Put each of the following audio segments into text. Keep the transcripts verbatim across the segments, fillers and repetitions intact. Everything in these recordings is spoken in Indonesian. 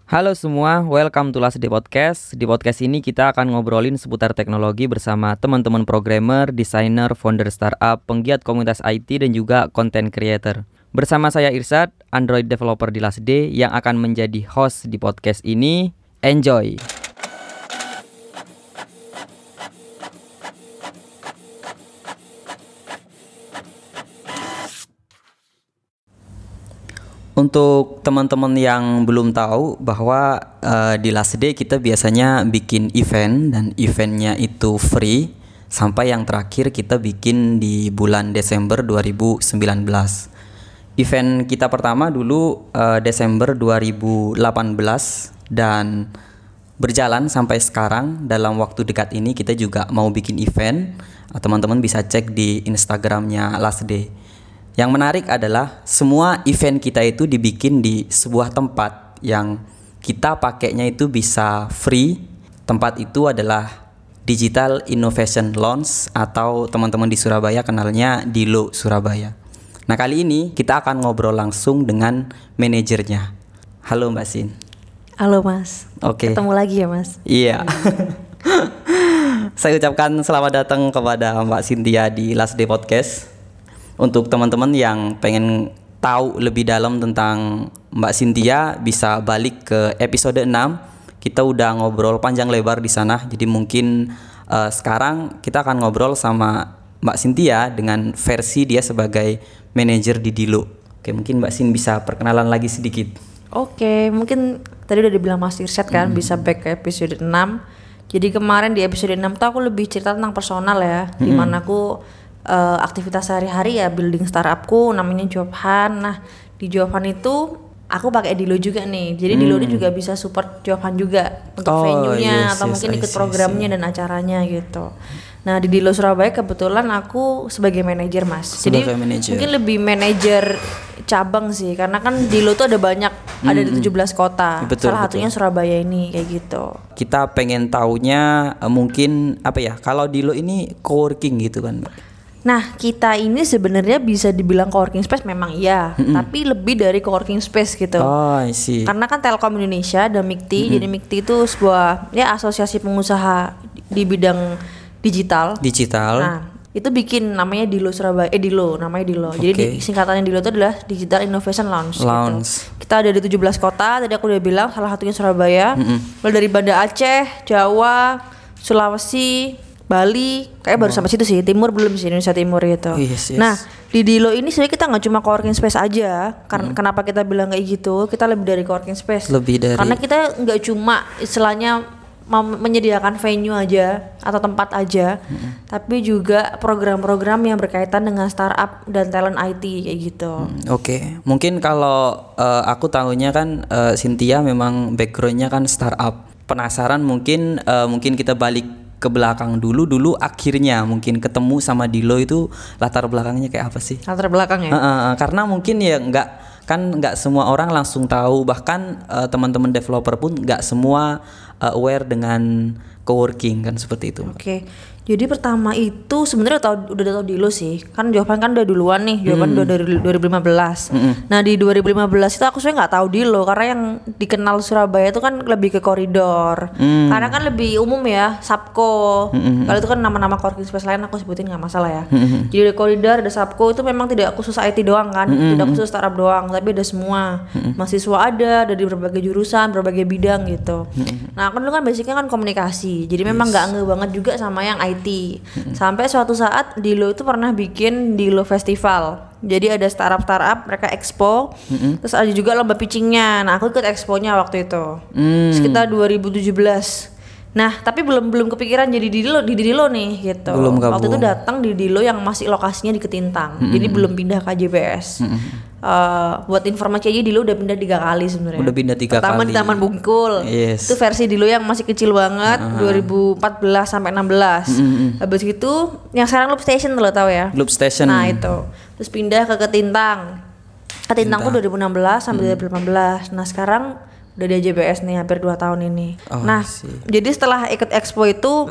Halo semua, welcome to Last Day Podcast. Di podcast ini kita akan ngobrolin seputar teknologi bersama teman-teman programmer, desainer, founder startup, penggiat komunitas I T, dan juga content creator. Bersama saya Irsad, Android developer di Last Day yang akan menjadi host di podcast ini. Enjoy! Untuk teman-teman yang belum tahu bahwa uh, di Last Day kita biasanya bikin event dan eventnya itu free sampai yang terakhir kita bikin di bulan Desember dua ribu sembilan belas. Event kita pertama dulu uh, Desember dua ribu delapan belas dan berjalan sampai sekarang. Dalam waktu dekat ini kita juga mau bikin event. Teman-teman bisa cek di Instagramnya Last Day. Yang menarik adalah semua event kita itu dibikin di sebuah tempat yang kita pakainya itu bisa free. Tempat itu adalah Digital Innovation Lounge atau teman-teman di Surabaya kenalnya Dilo Surabaya. Nah, kali ini kita akan ngobrol langsung dengan manajernya. Halo Mbak Sin. Halo Mas. Oke. Ketemu lagi ya Mas. Iya. Saya ucapkan selamat datang kepada Mbak Cynthia di Last Day Podcast. Untuk teman-teman yang pengen tahu lebih dalam tentang Mbak Cynthia bisa balik ke episode enam. Kita udah ngobrol panjang lebar di sana. Jadi mungkin uh, sekarang kita akan ngobrol sama Mbak Cynthia dengan versi dia sebagai manajer di Dilo. Oke, mungkin Mbak Sin bisa perkenalan lagi sedikit. Oke, mungkin tadi udah dibilang Mas Irsyad kan, hmm. bisa back ke episode enam. Jadi kemarin di episode enam tuh aku lebih cerita tentang personal ya, hmm. dimana aku Uh, aktivitas sehari-hari ya building startupku namanya Jobhan. Nah di Jobhan itu aku pakai Dilo juga nih. Jadi hmm. Dilo ini juga bisa support Jobhan juga untuk oh, venue-nya yes, atau yes, mungkin ikut yes, programnya yes. dan acaranya gitu. Nah di Dilo Surabaya kebetulan aku sebagai manajer Mas. Sebagai Jadi manager. Mungkin lebih manajer cabang sih karena kan Dilo tuh ada banyak, hmm. ada di tujuh belas kota. Betul, Salah betul. satunya Surabaya ini kayak gitu. Kita pengen taunya uh, mungkin apa ya? Kalau Dilo ini coworking gitu kan Mbak? Nah kita ini sebenarnya bisa dibilang coworking space memang iya, mm-hmm. tapi lebih dari coworking space gitu. Oh, I see. Karena kan Telkom Indonesia dan M I K T, mm-hmm. jadi M I K T itu sebuah ya asosiasi pengusaha di bidang digital. Digital. Nah itu bikin namanya Dilo Surabaya, eh Dilo, namanya Dilo. Okay. Jadi di, singkatannya Dilo itu adalah Digital Innovation Lounge. Lounge. Gitu. Kita ada di tujuh belas kota, tadi aku udah bilang salah satunya Surabaya. Mm-hmm. Lalu dari Banda Aceh, Jawa, Sulawesi, Bali, kayak baru oh. sampai situ sih. Timur belum sih, Indonesia Timur gitu. Yes, yes. Nah di Dilo ini sebenarnya kita nggak cuma coworking space aja. Karena hmm. kenapa kita bilang kayak gitu? Kita lebih dari coworking space. Lebih dari. Karena kita nggak cuma istilahnya mem- menyediakan venue aja atau tempat aja, hmm. tapi juga program-program yang berkaitan dengan startup dan talent I T kayak gitu. Hmm, Oke, okay. Mungkin kalau uh, aku tahunya kan uh, Cynthia memang backgroundnya kan startup. Penasaran mungkin uh, mungkin kita balik ke belakang dulu dulu akhirnya mungkin ketemu sama Dilo itu latar belakangnya kayak apa sih? Latar belakangnya? Uh, uh, karena mungkin ya nggak kan nggak semua orang langsung tahu, bahkan uh, teman-teman developer pun nggak semua uh, aware dengan coworking kan seperti itu. Oke. Okay. Jadi pertama itu sebenarnya tahu udah tahu Dilo sih. Kan jawaban kan udah duluan nih, jawaban hmm. udah dari dua ribu lima belas. Hmm. Nah, di dua ribu lima belas itu aku sebenarnya enggak tahu Dilo karena yang dikenal Surabaya itu kan lebih ke koridor. Hmm. Karena kan lebih umum ya, Subco. Hmm. Kalau itu kan nama-nama coworking space lain aku sebutin enggak masalah ya. Hmm. Jadi ada koridor, ada Subco itu memang tidak khusus I T doang kan, hmm. tidak khusus startup doang, tapi ada semua. Hmm. Mahasiswa ada dari berbagai jurusan, berbagai bidang gitu. Hmm. Nah, aku dulu kan basicnya kan komunikasi. Jadi memang enggak yes. nge banget juga sama yang I T. Mm-hmm. Sampai suatu saat Dilo itu pernah bikin Dilo Festival. Jadi ada startup-startup mereka expo, mm-hmm. terus ada juga lomba pitchingnya. Nah aku ikut exponya waktu itu, mm. sekitar dua ribu tujuh belas. Nah tapi belum belum kepikiran jadi di Dilo di Dilo nih gitu. Belum waktu itu datang di Dilo yang masih lokasinya di Ketintang, mm-hmm. jadi belum pindah ke A J B S. Mm-hmm. Uh, buat informasi aja Dilo udah pindah tiga kali sebenarnya. Udah pindah tiga Pertama kali. Pertama di Taman Bungkul. Yes. Itu versi Dilo yang masih kecil banget, uh-huh. dua ribu empat belas sampai enam belas. Mm-hmm. Habis itu yang sekarang Loop Station lo tau ya? Loop Station. Nah itu. Terus pindah ke Ketintang. Ketintang tuh dua ribu enam belas sampai mm. dua ribu delapan belas. Nah sekarang udah di A J B S nih hampir dua tahun ini. Oh, nah, jadi setelah ikut expo itu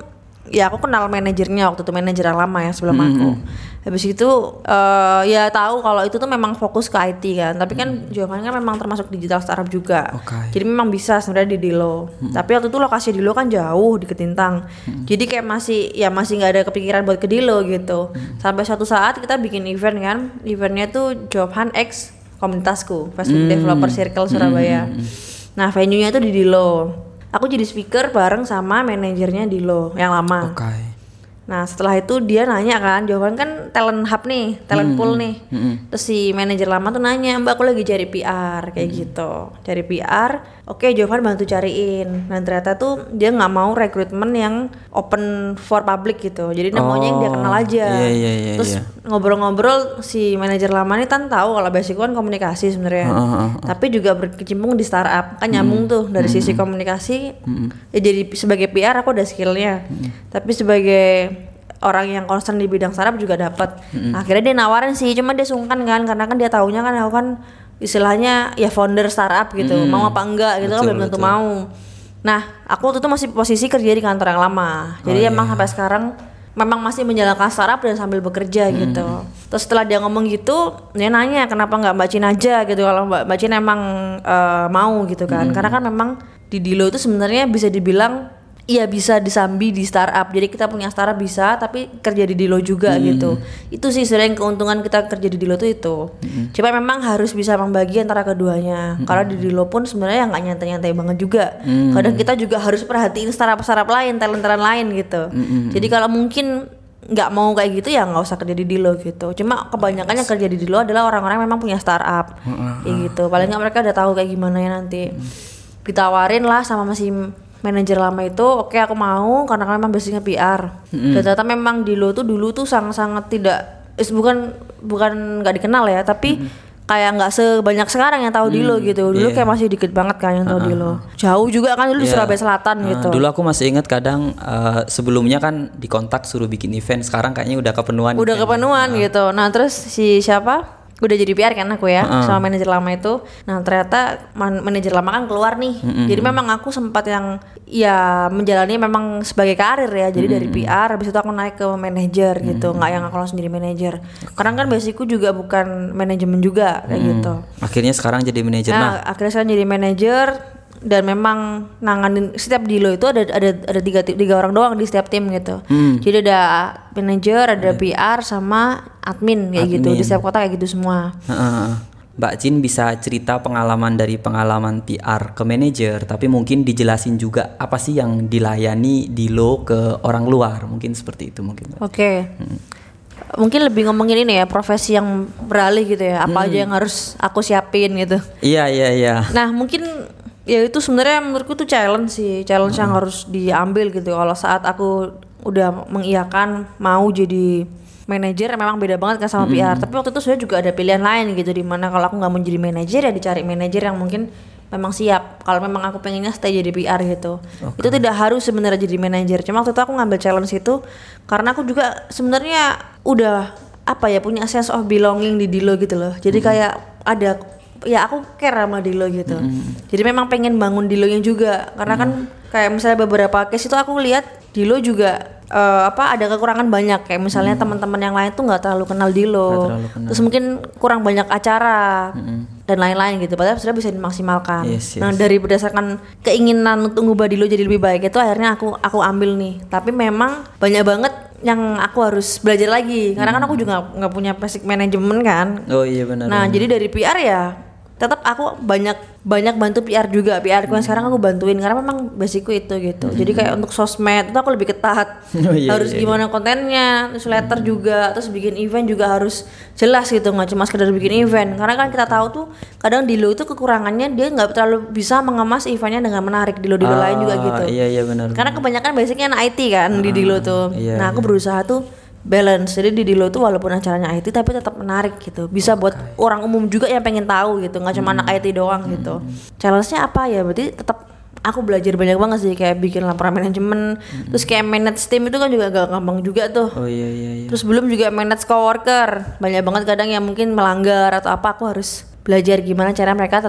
ya aku kenal manajernya waktu itu, manajer yang lama ya sebelum Mm-hmm. aku. Habis itu uh, ya tahu kalau itu tuh memang fokus ke I T kan, tapi kan Mm-hmm. Jovan kan memang termasuk digital startup juga. Okay. Jadi memang bisa sebenarnya di Dilo. Mm-hmm. Tapi waktu itu lokasi Dilo kan jauh di Ketintang. Mm-hmm. Jadi kayak masih ya masih nggak ada kepikiran buat ke Dilo gitu. Mm-hmm. Sampai suatu saat kita bikin event kan, eventnya tuh Jovan X komunitasku, Facebook mm-hmm. Developer Circle Surabaya. Mm-hmm. Nah venue-nya itu di Dilo. Aku jadi speaker bareng sama manajernya Dilo yang lama. Okay. Nah setelah itu dia nanya kan, Jovan kan talent hub nih, talent pool nih. Mm-hmm. Terus si manajer lama tuh nanya, Mbak aku lagi cari P R kayak mm-hmm. gitu, cari P R. Oke Jovan bantu cariin. Dan ternyata tuh dia nggak mau rekrutmen yang open for public gitu. Jadi oh, maunya yang dia kenal aja. Iya, iya, iya, Terus iya. ngobrol-ngobrol si manajer lama nih kan tahu kalau basic kan komunikasi sebenarnya. Uh, uh, uh. Tapi juga berkecimpung di startup kan nyambung mm-hmm. tuh dari mm-hmm. sisi komunikasi. Mm-hmm. Ya jadi sebagai P R aku ada skillnya. Mm-hmm. Tapi sebagai orang yang concern di bidang startup juga dapat. Mm-hmm. Akhirnya dia nawarin sih, cuma dia sungkan kan karena kan dia taunya kan aku kan istilahnya ya founder startup gitu, mm-hmm. mau apa enggak gitu betul, kan belum tentu betul. Mau. Nah, aku waktu itu masih posisi kerja di kantor yang lama. Jadi oh, emang iya. sampai sekarang memang masih menjalankan startup dan sambil bekerja hmm. gitu. Terus setelah dia ngomong gitu, dia nanya kenapa nggak Mbak Cin aja gitu kalau Mbak, Mbak Cin emang uh, mau gitu kan. Hmm. Karena kan memang di Dilo itu sebenarnya bisa dibilang iya bisa disambi di startup. Jadi kita punya startup bisa, tapi kerja di Dilo juga hmm. gitu. Itu sih sering keuntungan kita kerja di Dilo tuh itu. Hmm. Cuma memang harus bisa membagi antara keduanya. Hmm. Karena di Dilo pun sebenarnya nggak nyantai-nyantai banget juga. Hmm. Kadang kita juga harus perhatiin startup-startup lain, talent-talent lain gitu. Hmm. Jadi kalau mungkin nggak mau kayak gitu ya nggak usah kerja di Dilo gitu. Cuma kebanyakan yang kerja di Dilo adalah orang-orang yang memang punya startup, hmm. kayak gitu. Paling nggak mereka udah tahu kayak gimana ya nanti. Hmm. Ditawarin lah sama masih manajer lama itu, oke okay, aku mau karena kan memang basicnya P R. Mm-hmm. Dan ternyata memang Dilo tuh dulu tuh sangat-sangat tidak, is, bukan bukan nggak dikenal ya, tapi mm-hmm. kayak nggak sebanyak sekarang yang tahu mm-hmm. Dilo gitu. Dulu yeah. kayak masih dikit banget kan yang tahu uh-huh. Dilo. Jauh juga kan dulu yeah. Surabaya Selatan uh, gitu. Dulu aku masih ingat kadang uh, sebelumnya kan dikontak suruh bikin event, sekarang kayaknya udah kepenuhan. Udah kepenuhan uh. gitu. Nah terus si siapa? Udah jadi P R kan aku ya uh-uh. sama manajer lama itu. Nah ternyata man- manajer lama kan keluar nih. Mm-hmm. Jadi memang aku sempat yang ya menjalani memang sebagai karir ya. Jadi mm-hmm. dari P R habis itu aku naik ke manajer mm-hmm. gitu. Nggak yang aku langsung jadi manajer. Karena kan basicku juga bukan manajemen juga kayak mm-hmm. gitu. Akhirnya sekarang jadi manajer. Nah, nah akhirnya sekarang jadi manajer. Dan memang nanganin setiap Dilo itu ada ada ada tiga tiga orang doang di setiap tim gitu. Hmm. Jadi ada manajer, ada yeah. P R sama admin kayak admin. Gitu. Di setiap kota kayak gitu semua. Uh-uh. Mbak Cin bisa cerita pengalaman dari pengalaman P R ke manajer, tapi mungkin dijelasin juga apa sih yang dilayani Dilo ke orang luar, mungkin seperti itu mungkin. Oke. Okay. Hmm. Mungkin lebih ngomongin ini ya, profesi yang beralih gitu ya. Apa hmm. aja yang harus aku siapin gitu. Iya iya iya. Nah mungkin ya itu sebenarnya menurutku tuh challenge sih, challenge hmm. yang harus diambil gitu. Kalau saat aku udah mengiyakan mau jadi manajer, memang beda banget kan sama hmm. P R. Tapi waktu itu saya juga ada pilihan lain gitu, dimana kalau aku nggak mau jadi manajer ya dicari manajer yang mungkin memang siap. Kalau memang aku pengennya stay jadi P R gitu, okay. itu tidak harus sebenarnya jadi manajer. Cuma waktu itu aku ngambil challenge itu karena aku juga sebenarnya udah apa ya punya sense of belonging di Dilo gitu loh. Jadi hmm. kayak ada ya aku care sama Dilo gitu. Mm. Jadi memang pengen bangun Dilonya juga karena mm. kan kayak misalnya beberapa case itu aku lihat Dilo juga uh, apa ada kekurangan banyak kayak misalnya mm. teman-teman yang lain tuh nggak terlalu kenal Dilo, terlalu kenal. Terus mungkin kurang banyak acara mm. dan lain-lain gitu. Padahal sebenarnya bisa dimaksimalkan. Yes, yes. Nah dari berdasarkan keinginan untuk ngubah Dilo jadi lebih baik itu akhirnya aku aku ambil nih. Tapi memang banyak banget yang aku harus belajar lagi karena mm. kan aku juga nggak punya basic manajemen kan. Oh iya benar. Nah benar. Jadi dari P R ya tetap aku banyak banyak bantu P R juga. P R ku yang sekarang aku bantuin karena memang basicku itu gitu. Mm-hmm. Jadi kayak untuk sosmed itu aku lebih ketat. Oh, iya, harus iya, gimana iya. kontennya, newsletter mm-hmm. juga, terus bikin event juga harus jelas gitu, nggak cuma sekedar bikin event. Karena kan kita tahu tuh kadang Dilo itu kekurangannya dia nggak terlalu bisa mengemas eventnya dengan menarik. Dilo-dilo ah, lain juga gitu. Iya iya benar. Karena kebanyakan basicnya I T kan ah, di Dilo tuh. Iya, nah aku iya. berusaha tuh balance, jadi di Dilo tuh walaupun acaranya I T tapi tetap menarik gitu, bisa buat okay. orang umum juga yang pengen tahu gitu, nggak cuma hmm. anak I T doang hmm. gitu. Challenge-nya apa ya? Berarti tetap aku belajar banyak banget sih, kayak bikin laporan manajemen, hmm. terus kayak manage tim itu kan juga gak gampang juga tuh. Oh iya iya. iya. Terus belum juga manage coworker, banyak banget kadang yang mungkin melanggar atau apa, aku harus belajar gimana cara mereka tetap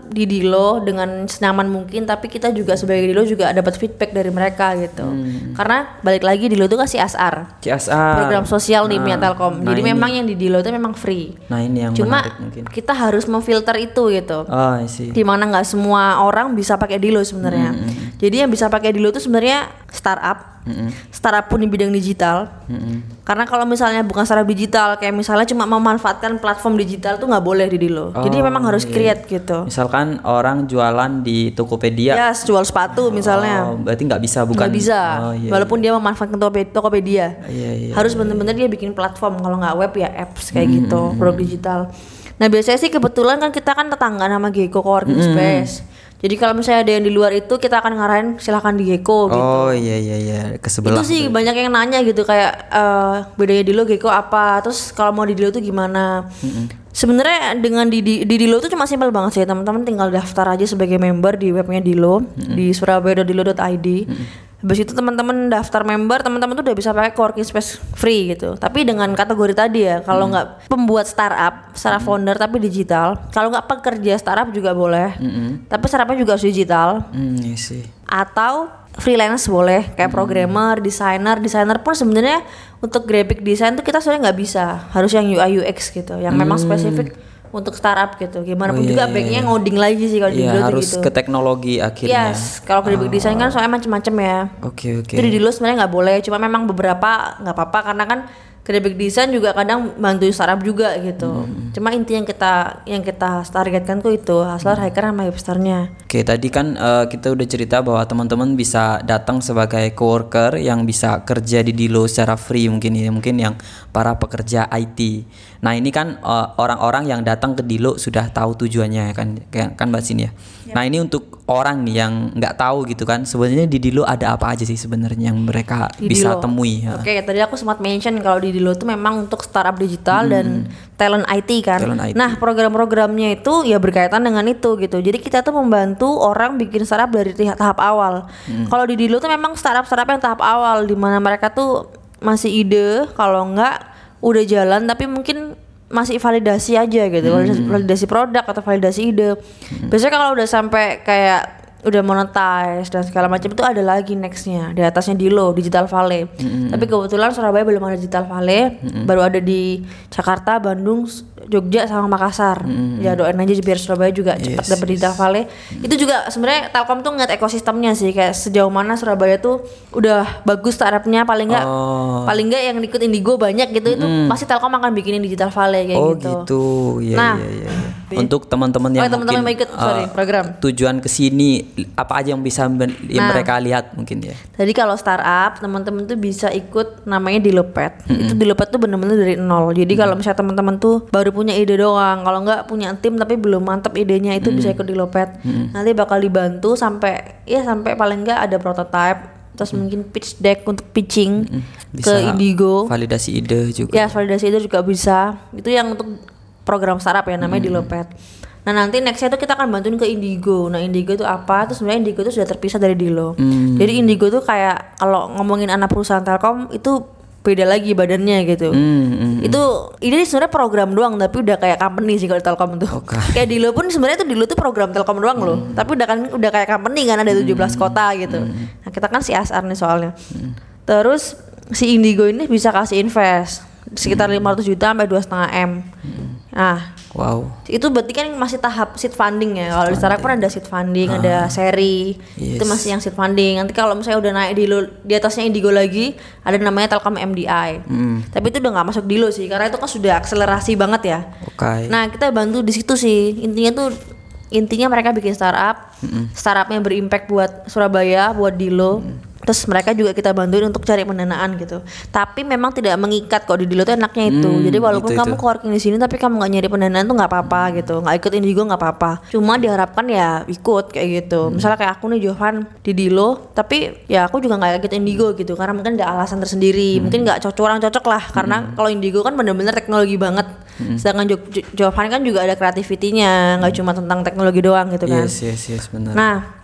di Dilo dengan senyaman mungkin, tapi kita juga sebagai Dilo juga dapat feedback dari mereka gitu. Hmm. Karena balik lagi Dilo itu kan C S R. C S R. Program sosial nih punya Telkom. Nah Jadi ini. memang yang di Dilo itu memang free. Nah ini yang Cuma menarik mungkin. kita harus memfilter itu gitu. Oh, I see. Dimana nggak semua orang bisa pakai Dilo sebenarnya. Hmm. Jadi yang bisa pakai Dilo itu sebenarnya startup. Mm-hmm. Startup pun di bidang digital. Mm-hmm. Karena kalau misalnya bukan startup digital, kayak misalnya cuma memanfaatkan platform digital tuh nggak boleh di Dilo. Oh, jadi memang harus iya. create gitu. Misalkan orang jualan di Tokopedia. Ya, yes, jual sepatu misalnya. Oh, berarti nggak bisa bukan? Nggak bisa. Oh, iya, Walaupun iya. dia memanfaatkan Tokopedia. Iya, iya, harus iya. benar-benar dia bikin platform. Kalau nggak web ya apps kayak mm-hmm. gitu, produk digital. Nah biasanya sih kebetulan kan kita kan tetangga sama Gecko Coworking mm-hmm. Space. Jadi kalau misalnya ada yang di luar itu kita akan ngarahin silakan di Gecko gitu. Oh iya iya iya ke sebelah. Itu sih tuh. Banyak yang nanya gitu kayak uh, bedanya Dilo Gecko apa, terus kalau mau di Dilo tuh gimana. Mm-hmm. Sebenarnya dengan di, di di Dilo tuh cuma simpel banget sih, teman-teman tinggal daftar aja sebagai member di webnya Dilo mm-hmm. di surabaya dot dilo dot i d. Mm-hmm. Habis itu teman-teman daftar member, teman-teman tuh udah bisa pakai coworking space free gitu. Tapi dengan kategori tadi ya, kalau nggak hmm. pembuat startup, startup hmm. founder tapi digital. Kalau nggak pekerja startup juga boleh. Hmm. Tapi startupnya juga harus digital. Hmm, iya sih. Atau freelance boleh, kayak hmm. programmer, desainer, desainer pun sebenarnya untuk graphic design tuh kita sebenarnya nggak bisa. Harus yang U I U X gitu, yang hmm. memang spesifik untuk startup gitu. Gimana pun oh, juga iya, banknya iya. ngoding lagi sih kalau iya, di Dilo harus gitu. ke teknologi akhirnya. Yes, kalau graphic oh. design kan soalnya macam-macam ya. Oke okay, oke. Okay. Jadi di Dilo sebenarnya nggak boleh, cuma memang beberapa nggak apa-apa karena kan graphic design juga kadang bantu startup juga gitu. Hmm. Cuma inti yang kita yang kita targetkan tuh itu asal hmm. hacker sama hipsternya. Oke, tadi kan uh, kita udah cerita bahwa teman-teman bisa datang sebagai coworker yang bisa kerja di Dilo secara free mungkin ya, mungkin yang para pekerja I T. Nah, ini kan uh, orang-orang yang datang ke Dilo sudah tahu tujuannya kan kan Mbak Sin ya. Yep. Nah, ini untuk orang nih yang nggak tahu gitu kan, sebenarnya di Dilo ada apa aja sih sebenarnya yang mereka di bisa Dilo. temui. Ya. Oke, tadi aku sempat mention kalau di Dilo itu memang untuk startup digital hmm. dan talent I T kan. Talent I T. Nah, program-programnya itu ya berkaitan dengan itu gitu. Jadi kita tuh membantu orang bikin startup dari tahap awal. Hmm. Kalau di Dilo tuh memang startup-startup yang tahap awal di mana mereka tuh masih ide, kalau enggak udah jalan tapi mungkin masih validasi aja gitu. Hmm. Validasi produk atau validasi ide. Hmm. Biasanya kalau udah sampai kayak udah monetize dan segala macam itu ada lagi nextnya di atasnya Dilo Digital Valley. Mm-hmm. Tapi kebetulan Surabaya belum ada Digital Valley, mm-hmm. baru ada di Jakarta, Bandung, Jogja sama Makassar. Mm-hmm. Ya doain aja biar Surabaya juga cepat yes, dapat yes. Digital Valley. Mm-hmm. Itu juga sebenarnya Telkom tuh ngeliat ekosistemnya sih, kayak sejauh mana Surabaya tuh udah bagus startupnya, paling enggak oh. paling enggak yang ikut Indigo banyak gitu. Mm-hmm. Itu pasti Telkom akan bikinin Digital Valley kayak oh, gitu. Oh gitu. Ya, nah, ya, ya. Untuk teman-teman yang oh, teman-teman mungkin ikut, sorry, uh, program tujuan kesini apa aja yang bisa ben- yang nah, mereka lihat mungkin ya. Jadi kalau startup teman-teman tuh bisa ikut namanya Dilopet. Mm-hmm. Itu Dilopet tuh bener-bener dari nol. Jadi mm-hmm. kalau misalnya teman-teman tuh baru punya ide doang, kalau nggak punya tim tapi belum mantep idenya itu mm-hmm. bisa ikut Dilopet. Mm-hmm. Nanti bakal dibantu sampai ya sampai paling nggak ada prototype. Terus hmm. mungkin pitch deck untuk pitching hmm. ke Indigo. Validasi ide juga. Ya, validasi ide juga bisa. Itu yang untuk program startup ya namanya hmm. Dilopet. Nah nanti nextnya tuh kita akan bantuin ke Indigo. Nah Indigo itu apa? Terus sebenarnya Indigo itu sudah terpisah dari Dilo. Hmm. Jadi Indigo tuh kayak kalau ngomongin anak perusahaan Telkom itu beda lagi badannya gitu. Hmm, hmm, itu ini sebenarnya program doang tapi udah kayak company sih kalau Telkom tuh. Okay. Kayak Dilo pun sebenarnya tuh Dilo tuh program Telkom doang hmm. loh. Tapi udah kan udah kayak company kan ada tujuh belas hmm. kota gitu. Hmm. Nah kita kan C S R nih soalnya. Hmm. Terus si Indigo ini bisa kasih invest sekitar hmm. lima ratus juta sampai dua koma lima M. Hmm. Nah, wow. Itu berarti kan masih tahap seed funding ya. Kalau di startup kan ada seed funding, ah. ada seri. Yes. Itu masih yang seed funding. Nanti kalau misalnya udah naik di di atasnya Indigo lagi, ada namanya Telkom M D I. Hmm. Tapi itu udah nggak masuk Dilo sih, karena itu kan sudah akselerasi banget ya. Okay. Nah, kita bantu di situ sih. Intinya tuh intinya mereka bikin startup. Mm-hmm. Startupnya berimpact buat Surabaya, buat Dilo. Mm. Terus mereka juga kita bantuin untuk cari pendanaan gitu. Tapi memang tidak mengikat kok di Dilo tuh enaknya itu. Hmm, Jadi walaupun itu, kamu itu. coworking di sini tapi kamu nggak nyari pendanaan tuh nggak apa-apa gitu. Nggak ikut Indigo nggak apa-apa. Cuma diharapkan ya ikut kayak gitu. Hmm. Misalnya kayak aku nih Jovan di Dilo, tapi ya aku juga nggak ikut Indigo gitu. Karena mungkin ada alasan tersendiri. Hmm. Mungkin nggak cocok orang cocok lah. Karena hmm. kalau Indigo kan benar-benar teknologi banget. Hmm. Sedangkan jo- jo- Jovan kan juga ada kreativitinya. Nggak hmm. cuma tentang teknologi doang gitu kan. Yes yes yes benar. Nah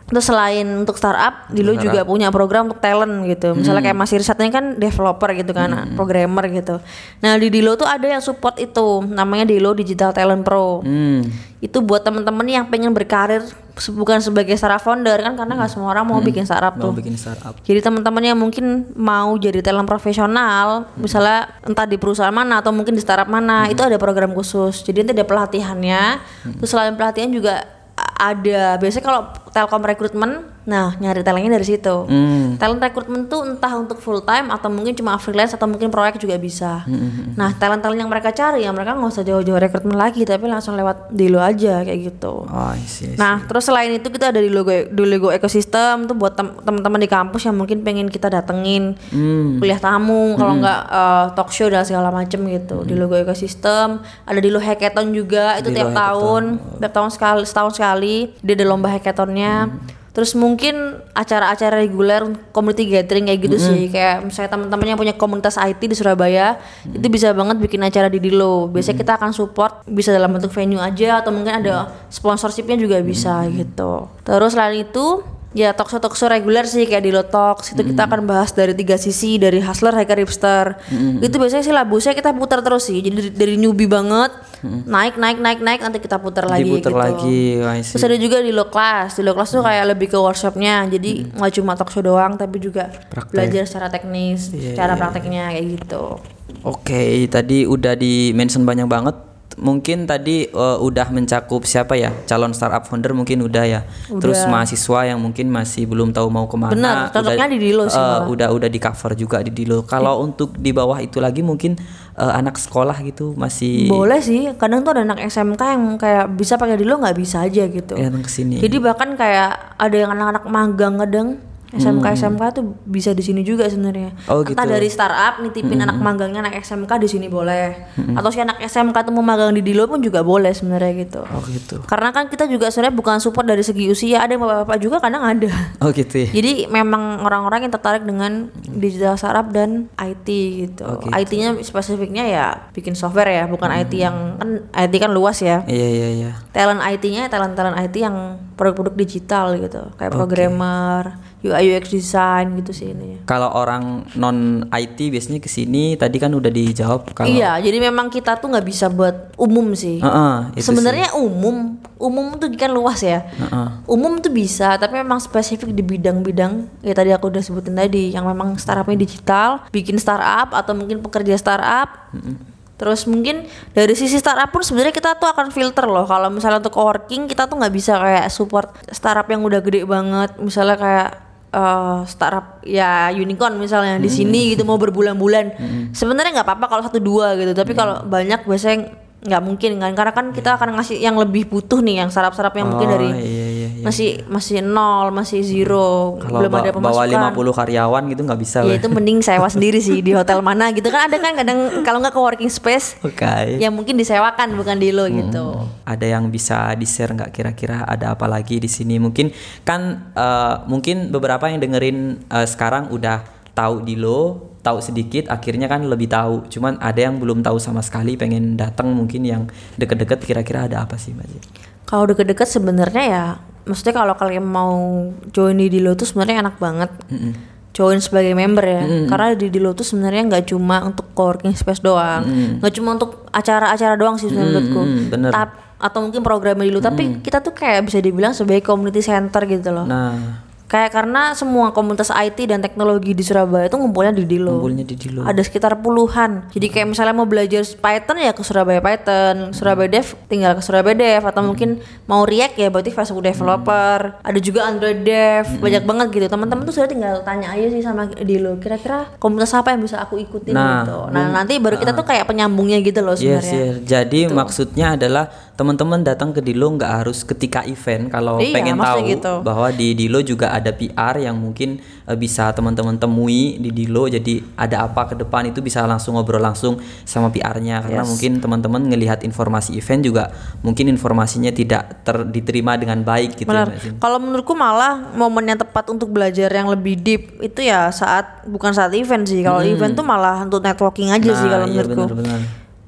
Terus selain untuk startup, Dilo Startup. juga punya program untuk talent gitu. Misalnya kayak Mas Irsatnya kan developer gitu kan, programmer gitu. Nah di Dilo tuh ada yang support itu, namanya Dilo Digital Talent Pro. Hmm. Itu buat temen-temen yang pengen berkarir se- bukan sebagai startup founder kan, karena nggak semua orang mau bikin startup Mau tuh. bikin startup. Jadi teman-teman yang mungkin mau jadi talent profesional, misalnya entah di perusahaan mana atau mungkin di startup mana, itu ada program khusus. Jadi nanti ada pelatihannya. Terus selain pelatihan juga a- ada biasanya kalau Telkom rekrutmen, nah nyari talentnya dari situ. Hmm. Talent rekrutmen tuh entah untuk full time atau mungkin cuma freelance atau mungkin proyek juga bisa. Nah talent-talent yang mereka cari ya mereka nggak usah jauh-jauh rekrutmen lagi, tapi langsung lewat Dilo aja kayak gitu. Oh, I see, I see. Nah, terus selain itu kita ada di logo di logo ekosistem tuh buat tem- teman-teman di kampus yang mungkin pengen kita datengin Hmm. kuliah tamu, kalau nggak eh, talk show dan segala macem gitu. Di logo ekosistem ada di lo hackathon juga, itu Di tiap Lo tahun, tiap tahun sekali setahun sekali dia ada lomba hackathonnya. Terus mungkin acara-acara reguler community gathering kayak gitu sih, kayak misalnya teman-teman yang punya komunitas I T di Surabaya itu bisa banget bikin acara di Dilo. Biasanya kita akan support bisa dalam bentuk venue aja atau mungkin ada sponsorshipnya juga bisa gitu. Terus selain itu ya talkshow talkshow reguler sih kayak di Lotox itu kita akan bahas dari tiga sisi, dari hustler, hacker, hipster. Itu biasanya sih labusnya kita putar terus sih. Jadi dari, dari newbie banget naik naik naik naik nanti kita putar lagi Diputer gitu. lagi, I see. Terus ada juga di Lo Class. Di Lo Class tuh kayak lebih ke workshopnya. Jadi nggak cuma talkshow doang tapi juga Praktek. belajar secara teknis, Iya, cara iya, prakteknya kayak gitu. Oke, tadi udah di mention banyak banget. Mungkin tadi uh, udah mencakup siapa ya calon startup founder mungkin udah ya. Terus mahasiswa yang mungkin masih belum tahu mau kemana. Benar, cocoknya udah, di Dilo sih uh, malah. udah udah di cover juga di Dilo. Kalau untuk di bawah itu lagi mungkin uh, anak sekolah gitu masih Boleh sih, kadang tuh ada anak S M K yang kayak bisa pakai Dilo nggak bisa aja gitu. datang ke sini. Jadi bahkan kayak ada yang anak-anak magang kadang S M K S M K tuh bisa di sini juga sebenarnya. Oh, Entah gitu. dari startup nitipin anak magangnya anak S M K di sini boleh. Atau si anak S M K tuh mau magang di Dilo pun juga boleh sebenarnya gitu. Oh gitu. Karena kan kita juga sebenarnya bukan support dari segi usia, ada yang bapak-bapak juga kadang ada. Oh gitu ya. Jadi memang orang-orang yang tertarik dengan digital startup dan I T gitu. Oh, gitu. I T-nya spesifiknya ya bikin software ya, bukan I T yang kan I T kan luas ya. Iya iya iya. Talent I T-nya talent-talent I T yang produk-produk digital gitu, kayak programmer, U I U X design gitu sih ini. Kalau orang non I T biasanya ke sini tadi kan udah dijawab kalau Iya, jadi memang kita tuh nggak bisa buat umum sih. Heeh, itu Sebenarnya umum, umum tuh kan luas ya. Heeh. Umum tuh bisa, tapi memang spesifik di bidang-bidang ya tadi aku udah sebutin tadi, yang memang startupnya digital, bikin startup atau mungkin pekerja startup. Terus mungkin dari sisi startup pun sebenarnya kita tuh akan filter loh. Kalau misalnya untuk coworking kita tuh nggak bisa kayak support startup yang udah gede banget, misalnya kayak eh, startup ya unicorn misalnya di sini gitu mau berbulan-bulan. Sebenarnya nggak apa-apa kalau satu dua gitu, tapi kalau banyak biasanya nggak mungkin kan, karena kan kita akan ngasih yang lebih butuh nih, yang startup-startup yang mungkin Oh, dari iya, iya, iya. masih masih nol, masih zero, Kalau belum ba- ada pemasukan. bawa lima puluh karyawan gitu nggak bisa. Ya lah. itu mending sewa sendiri sih di hotel mana gitu kan, ada kan kadang kalau nggak ke working space Oke. yang mungkin disewakan bukan di lo gitu. Ada yang bisa di-share nggak kira-kira ada apa lagi di sini? Mungkin kan eh, mungkin beberapa yang dengerin eh, sekarang udah tahu Dilo, tahu sedikit, akhirnya kan lebih tahu. Cuman ada yang belum tahu sama sekali, pengen datang mungkin yang deket-deket, kira-kira ada apa sih Mbak Zi? Kalau deket-deket sebenarnya ya, maksudnya kalau kalian mau join di Dilo tuh sebenarnya enak banget. Join sebagai member ya, karena di Dilo tuh sebenarnya nggak cuma untuk coworking space doang, nggak cuma untuk acara-acara doang sih sebenarnya menurutku. mm, bener. Tap- atau mungkin programnya Dilo, tapi kita tuh kayak bisa dibilang sebagai community center gitu loh. Nah, Kayak karena semua komunitas I T dan teknologi di Surabaya itu ngumpulnya di Dilo. ngumpulnya di Dilo. Ada sekitar puluhan. Jadi kayak misalnya mau belajar Python ya ke Surabaya Python, Surabaya Dev tinggal ke Surabaya Dev, atau mungkin mau React ya berarti Facebook developer. Ada juga Android Dev, banyak banget gitu. Teman-teman tuh sudah tinggal tanya aja sih sama Dilo, kira-kira komunitas apa yang bisa aku ikutin Nah, gitu. Nah, nanti baru kita tuh kayak penyambungnya gitu loh Yes, sebenarnya. yes. Jadi maksudnya adalah teman-teman datang ke Dilo nggak harus ketika event. Kalau Iya, pengen maksudnya tahu gitu. bahwa di Dilo juga ada P R yang mungkin eh, bisa teman-teman temui di Dilo. Jadi ada apa ke depan itu bisa langsung ngobrol langsung sama P R-nya. Karena Yes. mungkin teman-teman ngelihat informasi event juga mungkin informasinya tidak ter- diterima dengan baik gitu. Benar. ya, Mbak Zin? Kalau menurutku malah momen yang tepat untuk belajar yang lebih deep itu ya saat bukan saat event sih. Kalau event tuh malah untuk networking aja sih Nah, kalau iya, menurutku. benar-benar.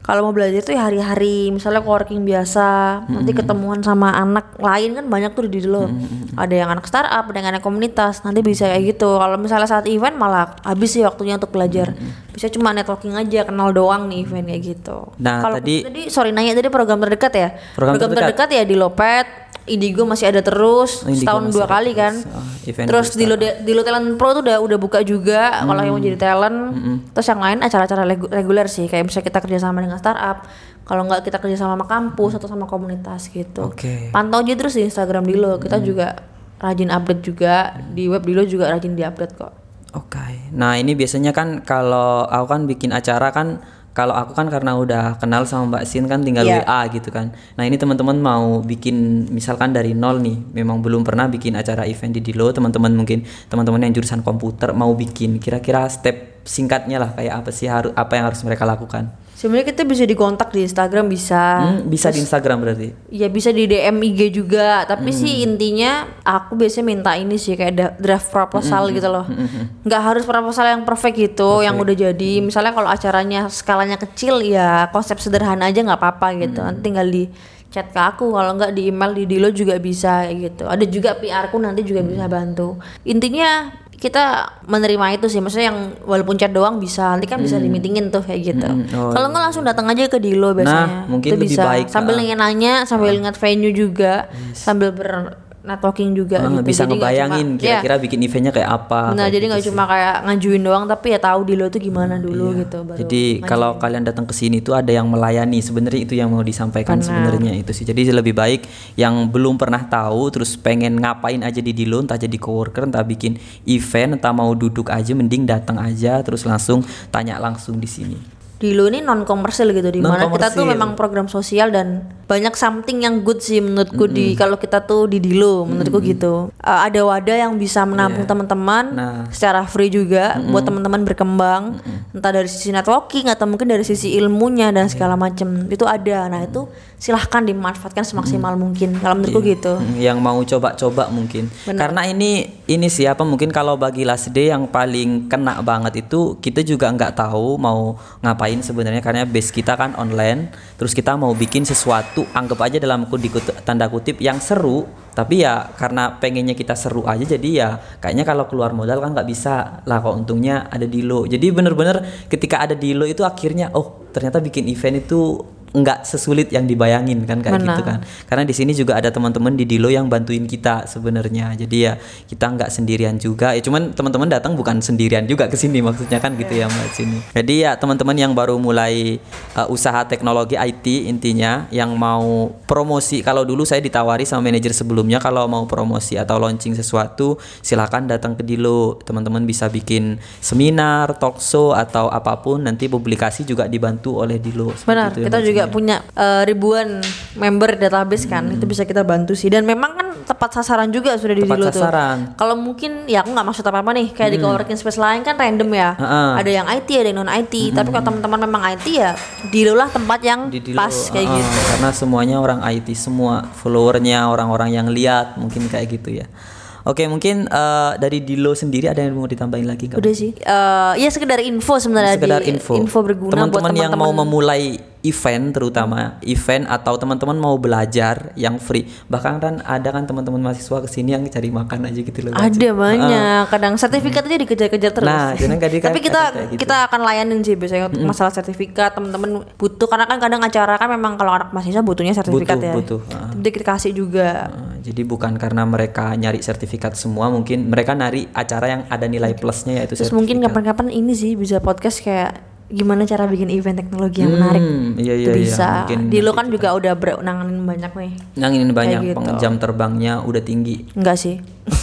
Kalau mau belajar tuh ya hari-hari, misalnya coworking biasa, mm-hmm. nanti ketemuan sama anak lain kan banyak tuh di Dilo. Mm-hmm. Ada yang anak startup, ada yang anak komunitas, nanti bisa kayak gitu. Kalau misalnya saat event malah habis sih waktunya untuk belajar. Mm-hmm. Bisa cuma networking aja, kenal doang nih event kayak gitu. Nah, kalau tadi, tadi sorry nanya tadi program terdekat ya. Program, program terdekat. terdekat ya di Lopet. Indigo masih ada terus, oh, setahun dua kali kan. Oh, terus di Dilo Talent Pro tuh udah udah buka juga hmm. kalau yang mau jadi talent. Hmm. Terus yang lain acara-acara reguler sih, kayak misalnya kita kerja sama dengan startup. Kalau nggak kita kerja sama sama kampus atau sama komunitas gitu. Okay. Pantau aja terus di Instagram Dilo. Kita hmm. juga rajin update juga, di web Dilo juga rajin diupdate kok. Oke. Okay. Nah ini biasanya kan kalau aku kan bikin acara kan. Kalau aku kan karena udah kenal sama Mbak Sin kan tinggal yeah. W A gitu kan. Nah ini teman-teman mau bikin misalkan dari nol nih, memang belum pernah bikin acara event di Dilo, teman-teman mungkin teman-teman yang jurusan komputer mau bikin, kira-kira step singkatnya lah kayak apa sih harus apa yang harus mereka lakukan? Sebenarnya kita bisa dikontak di Instagram bisa. Hmm, bisa Terus, di Instagram berarti? Iya bisa di D M I G juga. Tapi hmm. sih intinya aku biasanya minta ini sih kayak draft proposal hmm. gitu loh. Hmm. Nggak harus proposal yang perfect gitu, perfect. Yang udah jadi. Hmm. Misalnya kalau acaranya skalanya kecil ya konsep sederhana aja nggak apa-apa gitu. Hmm. Nanti tinggal di chat ke aku, kalau nggak di email di Dilo juga bisa gitu. Ada juga P R ku nanti juga hmm. bisa bantu. Intinya kita menerima itu sih, maksudnya yang walaupun chat doang bisa, nanti kan bisa hmm. di meetingin tuh kayak gitu. Hmm. Oh, kalau nggak langsung datang aja ke Dilo biasanya. Nah, mungkin itu lebih bisa. baik Sambil nanya-nanya, sambil ingat venue juga, yes. sambil ber networking juga ah, gitu. Bisa jadi ngebayangin cuma, kira-kira ya. bikin eventnya kayak apa. Nah, kayak jadi nggak gitu cuma kayak ngajuin doang, tapi ya tahu Dilo tuh gimana hmm, dulu iya. gitu. Baru jadi ngajuin. Kalau kalian datang ke sini tuh ada yang melayani, sebenarnya itu yang mau disampaikan sebenarnya itu sih. Jadi lebih baik yang belum pernah tahu terus pengen ngapain aja di Dilo, entah jadi coworker, entah bikin event, entah mau duduk aja, mending datang aja terus langsung tanya langsung di sini. Dilo ini non komersil gitu, di mana kita tuh memang program sosial dan banyak something yang good sih menurutku mm-hmm. di kalau kita tuh di Dilo menurutku mm-hmm. gitu. Uh, ada wadah yang bisa menampung yeah. teman-teman nah. secara free juga mm-hmm. buat teman-teman berkembang, mm-hmm. entah dari sisi networking atau mungkin dari sisi ilmunya dan segala macam. Itu ada. Nah, itu silahkan dimanfaatkan semaksimal mm-hmm. mungkin kalau menurutku yeah. gitu. Yang mau coba-coba mungkin. Benar. Karena ini ini siapa mungkin kalau bagi Last Day yang paling kena banget itu kita juga nggak tahu mau ngapain sebenarnya, karena base kita kan online, terus kita mau bikin sesuatu anggap aja dalam kutip, tanda kutip yang seru, tapi ya karena pengennya kita seru aja, jadi ya kayaknya kalau keluar modal kan nggak bisa lah, kok untungnya ada Dilo. Jadi bener-bener ketika ada Dilo itu akhirnya oh ternyata bikin event itu nggak sesulit yang dibayangin kan kayak Mana? gitu kan, karena di sini juga ada teman-teman di Dilo yang bantuin kita sebenarnya, jadi ya kita nggak sendirian juga ya, cuman teman-teman datang bukan sendirian juga ke sini maksudnya kan gitu ya Mbak sini. Jadi ya teman-teman yang baru mulai uh, usaha teknologi I T intinya yang mau promosi, kalau dulu saya ditawari sama manajer sebelumnya kalau mau promosi atau launching sesuatu silakan datang ke Dilo, teman-teman bisa bikin seminar, talk show atau apapun, nanti publikasi juga dibantu oleh Dilo. Benar, itu kita juga punya uh, ribuan member database kan, hmm. itu bisa kita bantu sih, dan memang kan tepat sasaran juga sudah di Dilo tuh. Kalau mungkin ya aku nggak maksud apa apa nih kayak hmm. di coworking space lain kan random ya, uh-uh. ada yang I T ada yang non I T, hmm. tapi kalau teman-teman memang I T ya Dilo lah tempat yang Dilo, pas kayak uh-uh. gitu. Karena semuanya orang I T semua, followernya orang-orang yang lihat mungkin kayak gitu ya. Oke, mungkin uh, dari Dilo sendiri ada yang mau ditambahin lagi nggak? Udah sih, uh, ya sekedar info sebenarnya. Sekedar info. info berguna teman-teman buat teman-teman yang mau memulai event, terutama event atau teman-teman mau belajar yang free. Bahkan kan ada kan teman-teman mahasiswa kesini yang cari makan aja gitu loh. Ada banyak, uh. kadang sertifikat aja dikejar-kejar terus. Nah, tapi kita gitu. kita akan layanin sih biasanya untuk mm-hmm. masalah sertifikat, teman-teman butuh, karena kan kadang acara kan memang kalau anak mahasiswa butuhnya sertifikat butuh, ya. Butuh. Uh. Jadi kita kasih juga. Uh, jadi bukan karena mereka nyari sertifikat semua, mungkin mereka nyari acara yang ada nilai plusnya yaitu terus sertifikat. Mungkin kapan-kapan ini sih bisa podcast kayak gimana cara bikin event teknologi yang hmm, menarik. Iya, iya, itu bisa. Iya, Dilo kan juga udah ber- nanganin banyak nih. Nanganin banyak, gitu. Jam terbangnya udah tinggi. Enggak sih.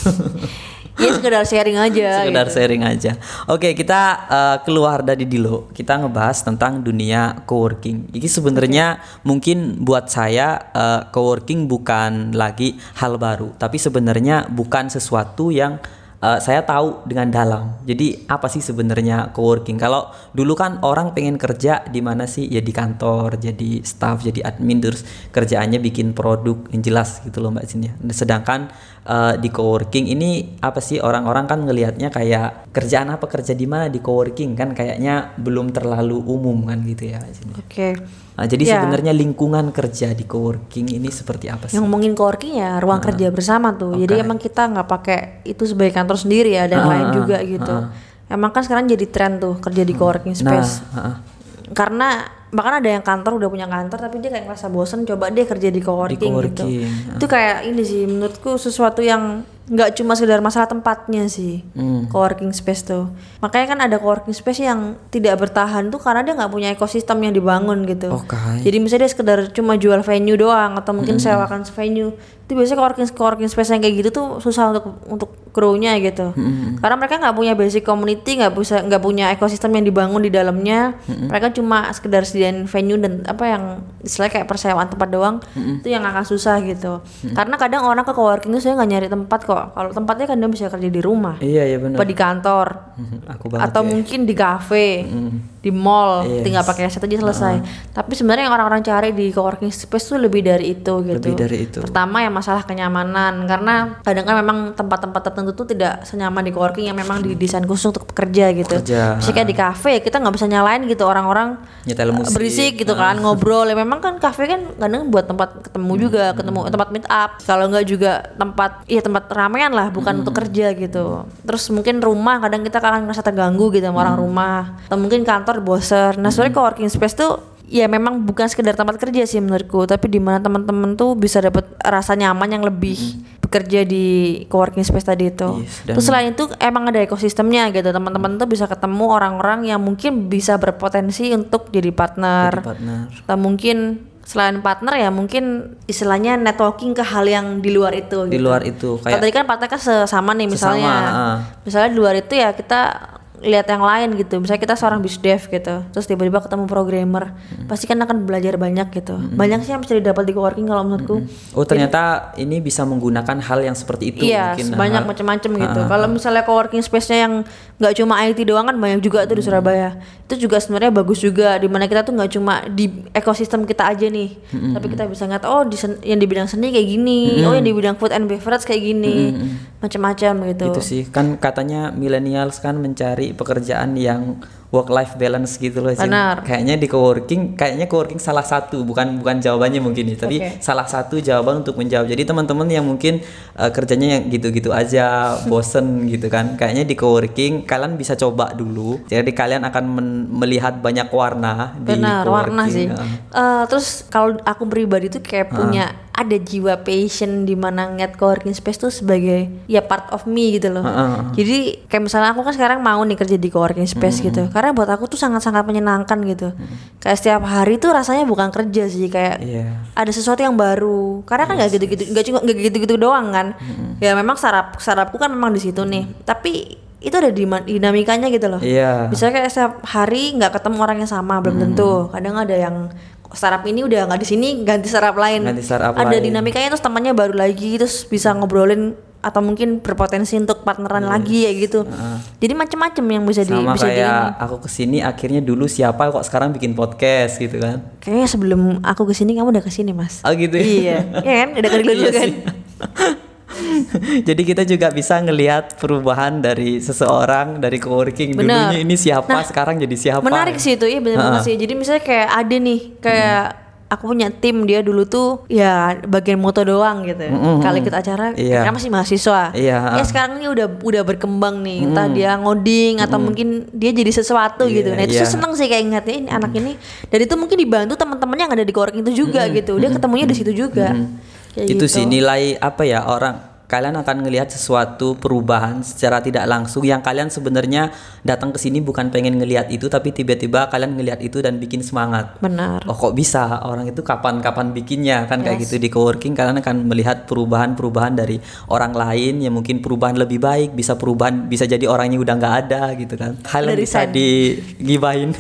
Ya sekedar sharing aja. Sekedar gitu. sharing aja. Oke, kita uh, keluar dari Dilo. Kita ngebahas tentang dunia coworking. Ini sebenarnya okay. mungkin buat saya uh, coworking bukan lagi hal baru, tapi sebenarnya bukan sesuatu yang Uh, saya tahu dengan dalam. Jadi apa sih sebenarnya coworking? Kalau dulu kan orang pengen kerja di mana sih? Ya di kantor, jadi staff, jadi admin, terus kerjaannya bikin produk yang jelas gitu loh Mbak Sin ya. Sedangkan uh, di coworking ini apa sih, orang-orang kan ngelihatnya kayak kerjaan apa, kerja di mana di coworking kan kayaknya belum terlalu umum kan gitu ya. Oke. Okay. Nah, jadi ya. sebenarnya lingkungan kerja di coworking ini seperti apa sih? Yang ngomongin coworking ya ruang uh, kerja bersama tuh. Okay. Jadi emang kita nggak pakai itu sebagai kantor sendiri ya, dan uh, lain juga gitu. Uh, emang kan sekarang jadi tren tuh kerja di coworking space. Nah, uh, uh. Karena bahkan ada yang kantor udah punya kantor tapi dia kayak ngerasa bosen, coba deh kerja di coworking, di coworking gitu. Uh. Itu kayak ini sih menurutku sesuatu yang nggak cuma sekedar masalah tempatnya sih, hmm. coworking space tuh. Makanya kan ada coworking space yang tidak bertahan tuh karena dia nggak punya ekosistem yang dibangun gitu. Okay. Jadi misalnya dia sekedar cuma jual venue doang atau mungkin hmm. sewakan venue. Itu biasanya coworking coworking space yang kayak gitu tuh susah untuk untuk grow-nya gitu. Hmm. Karena mereka nggak punya basic community, nggak bisa nggak punya ekosistem yang dibangun di dalamnya. Hmm. Mereka cuma sekedar sediain venue dan apa yang istilahnya kayak persewaan tempat doang. Hmm. Itu yang akan susah gitu. Hmm. Karena kadang orang ke coworking tuh saya nggak nyari tempat kok. Kalau tempatnya kan dia bisa kerja di rumah, iya iya benar. Apa di kantor, Aku banget atau ya. mungkin di kafe, mm. di mall, yes. tinggal pakai headset aja selesai. Uh-huh. Tapi sebenarnya yang orang-orang cari di coworking space tuh lebih dari itu gitu. Lebih dari itu. Pertama ya masalah kenyamanan, karena kadang kan memang tempat-tempat tertentu tuh tidak senyaman di coworking yang memang didesain khusus untuk pekerja gitu. Pekerja. Misalnya kayak di kafe kita nggak bisa nyalain gitu, orang-orang nyetel musik, berisik gitu kan, uh. ngobrol. Ya memang kan kafe kan kadang buat tempat ketemu juga, hmm. ketemu tempat meet up. Kalau nggak juga tempat, iya tempat ramean lah, bukan hmm. untuk kerja gitu. Terus mungkin rumah kadang kita akan ngerasa terganggu gitu sama hmm. orang rumah, atau mungkin kantor bosen. Nah sebenarnya hmm. coworking space tuh ya memang bukan sekedar tempat kerja sih menurutku, tapi di mana teman-teman tuh bisa dapat rasa nyaman yang lebih hmm. bekerja di coworking space tadi itu. Yes, terus selain itu emang ada ekosistemnya gitu, teman-teman tuh bisa ketemu orang-orang yang mungkin bisa berpotensi untuk jadi partner, jadi partner. Atau mungkin selain partner ya mungkin istilahnya networking ke hal yang di luar itu. Di gitu. luar itu. Kayak tadi kan partner kan sesama nih misalnya. Sesama, uh. Misalnya di luar itu ya kita lihat yang lain gitu. Misalnya kita seorang bisdev gitu, terus tiba-tiba ketemu programmer, hmm. pasti kan akan belajar banyak gitu. Hmm. Banyak sih yang bisa didapat di coworking kalau menurutku. Hmm. Oh ternyata Jadi, ini bisa menggunakan hal yang seperti itu. Iya, mungkin banyak hal. macam-macam gitu. Kalau misalnya coworking space-nya yang nggak cuma I T doang kan banyak juga tuh di Surabaya. Itu juga sebenarnya bagus juga. Dimana kita tuh nggak cuma di ekosistem kita aja nih, hmm. tapi kita bisa ngeliat oh di sen- yang di bidang seni kayak gini, hmm. oh yang di bidang food and beverage kayak gini, hmm. macam-macam gitu. Itu sih kan katanya millennials kan mencari pekerjaan yang work life balance gitu loh. Benar. Kayaknya di coworking, kayaknya coworking salah satu, bukan bukan jawabannya mungkin nih, tapi okay. salah satu jawaban untuk menjawab. Jadi teman-teman yang mungkin uh, kerjanya yang gitu-gitu aja, bosen gitu kan, kayaknya di coworking kalian bisa coba dulu. Jadi kalian akan men- melihat banyak warna. Benar, di coworking. warna sih. Uh. Uh, terus kalau aku pribadi tuh kayak uh. punya ada jiwa passion di mana ngeliat coworking space tuh sebagai ya part of me gitu loh. Uh-uh. Jadi kayak misalnya aku kan sekarang mau nih kerja di coworking space mm-hmm. gitu. Karena buat aku tuh sangat-sangat menyenangkan gitu. Mm-hmm. Kayak setiap hari tuh rasanya bukan kerja sih, kayak yeah. ada sesuatu yang baru. Karena kan nggak yes, gitu-gitu, nggak yes. cuma nggak gitu-gitu doang kan. Mm-hmm. Ya memang saraf sarafku kan memang di situ nih. Tapi itu ada dinamikanya gitu loh. Yeah. Misalnya kayak setiap hari nggak ketemu orang yang sama, belum mm-hmm. tentu. Kadang ada yang startup ini udah nggak di sini, ganti startup lain. Ganti startup ada lain. dinamikanya, terus temannya baru lagi, terus bisa ngobrolin atau mungkin berpotensi untuk partneran yes. lagi ya gitu. Uh. Jadi macam-macam yang bisa di sama bisa kayak di aku kesini akhirnya dulu siapa kok sekarang bikin podcast gitu kan. Kayaknya sebelum aku kesini kamu udah kesini mas. Oh gitu ya. Iya. Iya kan, udah kerja dulu kan. Jadi kita juga bisa ngelihat perubahan dari seseorang dari coworking. Bener. Dulunya ini siapa, nah, sekarang jadi siapa. Menarik sih itu, iya benar banget sih. Jadi misalnya kayak ada nih, kayak hmm. aku punya tim, dia dulu tuh ya bagian moto doang gitu. Mm-hmm. Kali ikut acara, yeah. karena masih mahasiswa. Yeah. Ya sekarang ini udah udah berkembang nih, entah mm. dia ngoding atau mm. mungkin dia jadi sesuatu yeah, gitu. Nah itu yeah. seneng sih kayak ingatnya ini mm. anak ini. Dan itu mungkin dibantu teman-temannya yang ada di coworking itu juga mm. gitu. Dia ketemunya mm. di situ juga. Mm. Kayak itu gitu. Sih nilai apa ya, orang kalian akan ngelihat sesuatu perubahan secara tidak langsung yang kalian sebenarnya datang ke sini bukan pengen ngelihat itu, tapi tiba-tiba kalian ngelihat itu dan bikin semangat. Benar. Oh kok bisa, orang itu kapan-kapan bikinnya kan. Yes. Kayak gitu di coworking kalian akan melihat perubahan-perubahan dari orang lain yang mungkin perubahan lebih baik, bisa perubahan, bisa jadi orangnya udah nggak ada gitu kan. Hal yang bisa digibahin.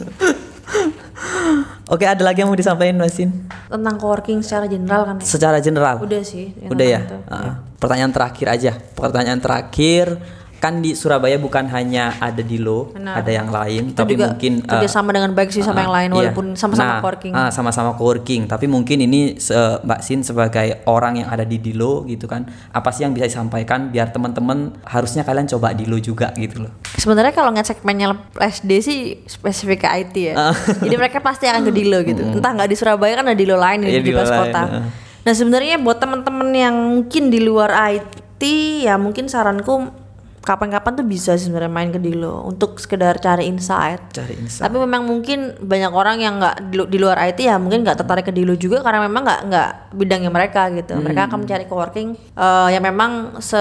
Oke, ada lagi yang mau disampaikan Masin? Tentang coworking secara general kan? Ya? Secara general. Udah sih. Udah ya. Itu, uh, ya. Pertanyaan terakhir aja. Pertanyaan terakhir, kan di Surabaya bukan hanya ada Dilo, Benar. ada yang lain, Itu tapi juga mungkin kerjasama uh, dengan baik sih sama uh, yang lain, iya. walaupun sama-sama nah, coworking. Uh, sama-sama coworking, tapi mungkin ini se- Mbak Sin sebagai orang yang ada di Dilo gitu kan, apa sih yang bisa disampaikan biar teman-teman harusnya kalian coba Dilo juga gitu loh. Sebenarnya kalau ngeliat segmennya S D sih spesifik ke I T ya, jadi mereka pasti akan ke Dilo gitu. Entah nggak di Surabaya kan ada Dilo lain di tujuh belas kota. Uh. Nah sebenarnya buat teman-teman yang mungkin di luar I T ya mungkin saranku kapan-kapan tuh bisa sebenarnya main ke Dilo untuk sekedar cari insight. Cari insight. Tapi memang mungkin banyak orang yang nggak di, di luar I T ya mungkin nggak tertarik ke Dilo juga karena memang nggak nggak bidangnya mereka gitu. Hmm. Mereka akan mencari coworking uh, yang memang se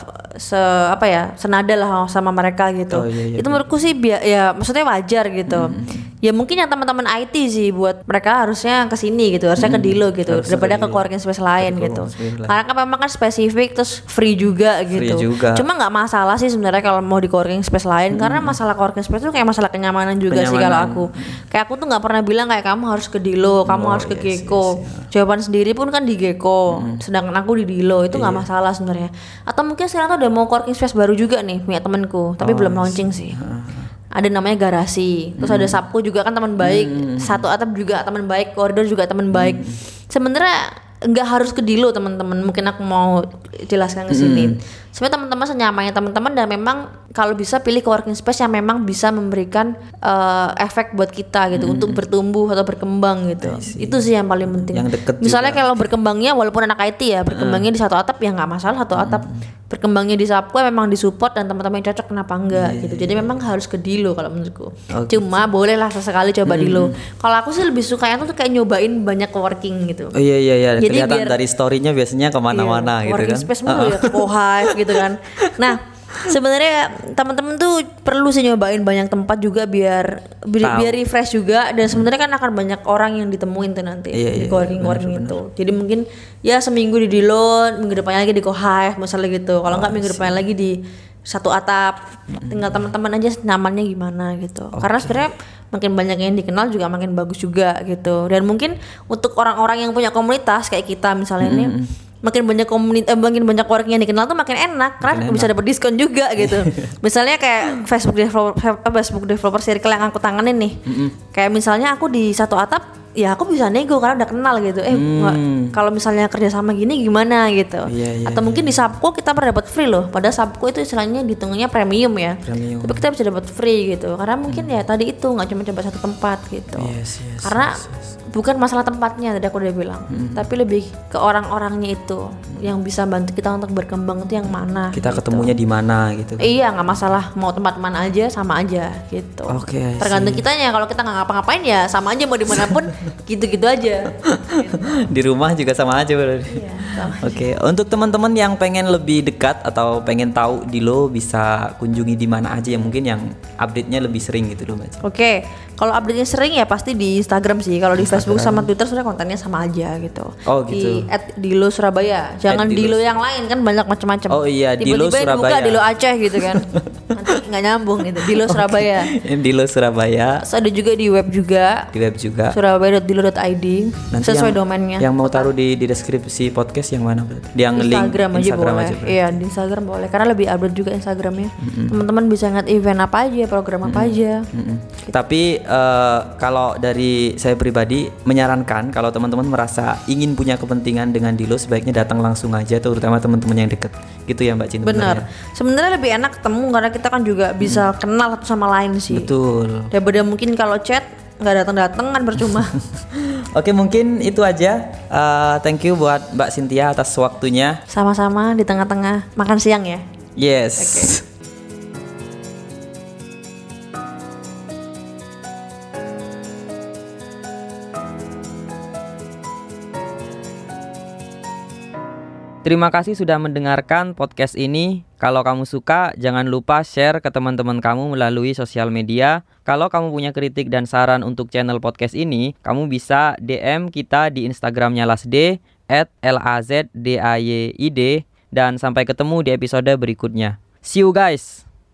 se apa ya senada lah sama mereka gitu. Oh, iya, iya, itu menurutku sih bi- ya maksudnya wajar gitu. Hmm. Ya mungkin yang teman-teman I T sih buat mereka harusnya ke sini gitu, harusnya hmm. ke Dilo gitu harusnya daripada ke coworking space lain gitu. Karena kan memang kan spesifik terus free juga free gitu. Juga. Cuma nggak masalah sih sebenarnya kalau mau di coworking space lain hmm. karena masalah coworking space itu kayak masalah kenyamanan juga kenyamanan. Sih kalau aku. Kayak aku tuh nggak pernah bilang kayak kamu harus ke Dilo, kamu oh, harus ke yes, Gecko. Yes, yes. Jawaban sendiri pun kan di Gecko, hmm. sedangkan aku di Dilo itu nggak yeah. masalah sebenarnya. Atau mungkin sekarang tuh udah mau coworking space baru juga nih punya temanku, tapi oh, belum launching yes. sih. Ada namanya Garasi, terus hmm. ada Sapku juga kan teman baik, hmm. Satu Atap juga teman baik, Koridor juga teman baik. Hmm. Sebenarnya nggak harus ke Dilo teman-teman, mungkin aku mau jelaskan ke sini. Hmm. Sebenarnya teman-teman senyamannya teman-teman dan memang kalau bisa pilih coworking space yang memang bisa memberikan uh, efek buat kita gitu hmm. untuk bertumbuh atau berkembang gitu. Itu sih yang paling penting. Yang deket misalnya juga. Kalau berkembangnya walaupun anak I T ya, berkembangnya hmm. di Satu Atap ya nggak masalah Satu Atap. Hmm. Berkembangnya di Sapku memang disupport dan teman-teman yang cocok kenapa enggak yeah, gitu. Jadi yeah. memang harus ke Dilo kalau menurutku. Okay. Cuma boleh lah sesekali coba hmm. Dilo. Kalau aku sih lebih suka yang tuh kayak nyobain banyak coworking gitu. Oh iya iya iya. Jadi kelihatan biar, dari story-nya biasanya kemana-mana iya, gitu kan. Coworking space mulu ya, ke Hive gitu kan. Nah sebenarnya teman-teman tuh perlu sih nyobain banyak tempat juga biar biar, biar refresh juga dan sebenarnya kan akan banyak orang yang ditemuin tuh nanti iya, di coworking coworking itu. Jadi mungkin ya seminggu di Dilo, minggu depannya lagi di Hive misalnya gitu. Kalau oh, enggak minggu depannya lagi di Satu Atap. Tinggal teman-teman aja nyamannya gimana gitu. Okay. Karena sebenarnya makin banyak yang dikenal juga makin bagus juga gitu. Dan mungkin untuk orang-orang yang punya komunitas kayak kita misalnya mm-hmm. ini makin banyak komunitas, eh, makin banyak orang yang dikenal tuh makin enak karena makin bisa dapat diskon juga gitu. Misalnya kayak Facebook developer, Facebook developer circle yang aku tanganin nih. Mm-hmm. Kayak misalnya aku di Satu Atap, ya aku bisa nego karena udah kenal gitu. Eh hmm. kalau misalnya kerja sama gini gimana gitu. Yeah, yeah, Atau mungkin yeah. di Sapku kita pernah dapat free loh. Padahal Sapku itu istilahnya dihitungnya premium ya. Premium. Tapi kita bisa dapat free gitu. Karena mungkin hmm. ya tadi itu nggak cuma coba satu tempat gitu. Yes, yes, karena yes, yes. bukan masalah tempatnya tadi aku udah bilang, hmm. tapi lebih ke orang-orangnya itu hmm. yang bisa bantu kita untuk berkembang itu yang mana. Kita gitu. ketemunya di mana gitu. Iya nggak masalah mau tempat mana aja sama aja gitu. Oke. Okay, tergantung kitanya. Kalau kita nggak ngapa-ngapain ya sama aja mau dimanapun gitu-gitu aja. Gitu. Di rumah juga sama aja berarti. Iya, Oke. Okay. Untuk teman-teman yang pengen lebih dekat atau pengen tahu Dilo bisa kunjungi di mana aja yang mungkin yang update-nya lebih sering gitu loh Mbak. Oke. Okay. Kalau update-nya sering ya pasti di Instagram sih. Kalau di Facebook sama Twitter sebenarnya kontennya sama aja gitu. Oh gitu. Di at Dilo Surabaya. Jangan Dilo. Dilo yang lain kan banyak macam-macam. Oh iya, Dilo Tiba-tiba Surabaya. Tiba-tiba Dilo Aceh gitu kan. Nanti nggak nyambung gitu. Dilo okay. Surabaya. Dilo Surabaya. Terus ada juga di web juga. Di web juga. surabaya dot dilo dot i d. Nanti sesuai yang, domainnya. Yang mau taruh di, di deskripsi podcast yang mana berarti? Yang Instagram link aja Instagram boleh. aja Iya di Instagram boleh. Karena lebih update juga Instagramnya. Mm-hmm. Teman-teman bisa ngeliat event apa aja, program apa mm-hmm. aja. Mm-hmm. Gitu. Tapi uh, kalau dari saya pribadi menyarankan kalau teman-teman merasa ingin punya kepentingan dengan Dilo sebaiknya datang langsung aja, terutama teman-teman yang deket. Gitu ya Mbak Cinta. Benar. Sebenarnya lebih enak ketemu karena kita kan juga bisa hmm. kenal satu sama lain sih. Betul. Daripada mungkin kalau chat nggak datang-datang kan percuma. Oke mungkin itu aja. Uh, thank you buat Mbak Cynthia atas waktunya. Sama-sama di tengah-tengah makan siang ya. Yes. Okay. Terima kasih sudah mendengarkan podcast ini. Kalau kamu suka, jangan lupa share ke teman-teman kamu melalui sosial media. Kalau kamu punya kritik dan saran untuk channel podcast ini, kamu bisa D M kita di Instagramnya Lasd at L A Z D A Y I D. Dan sampai ketemu di episode berikutnya. See you guys!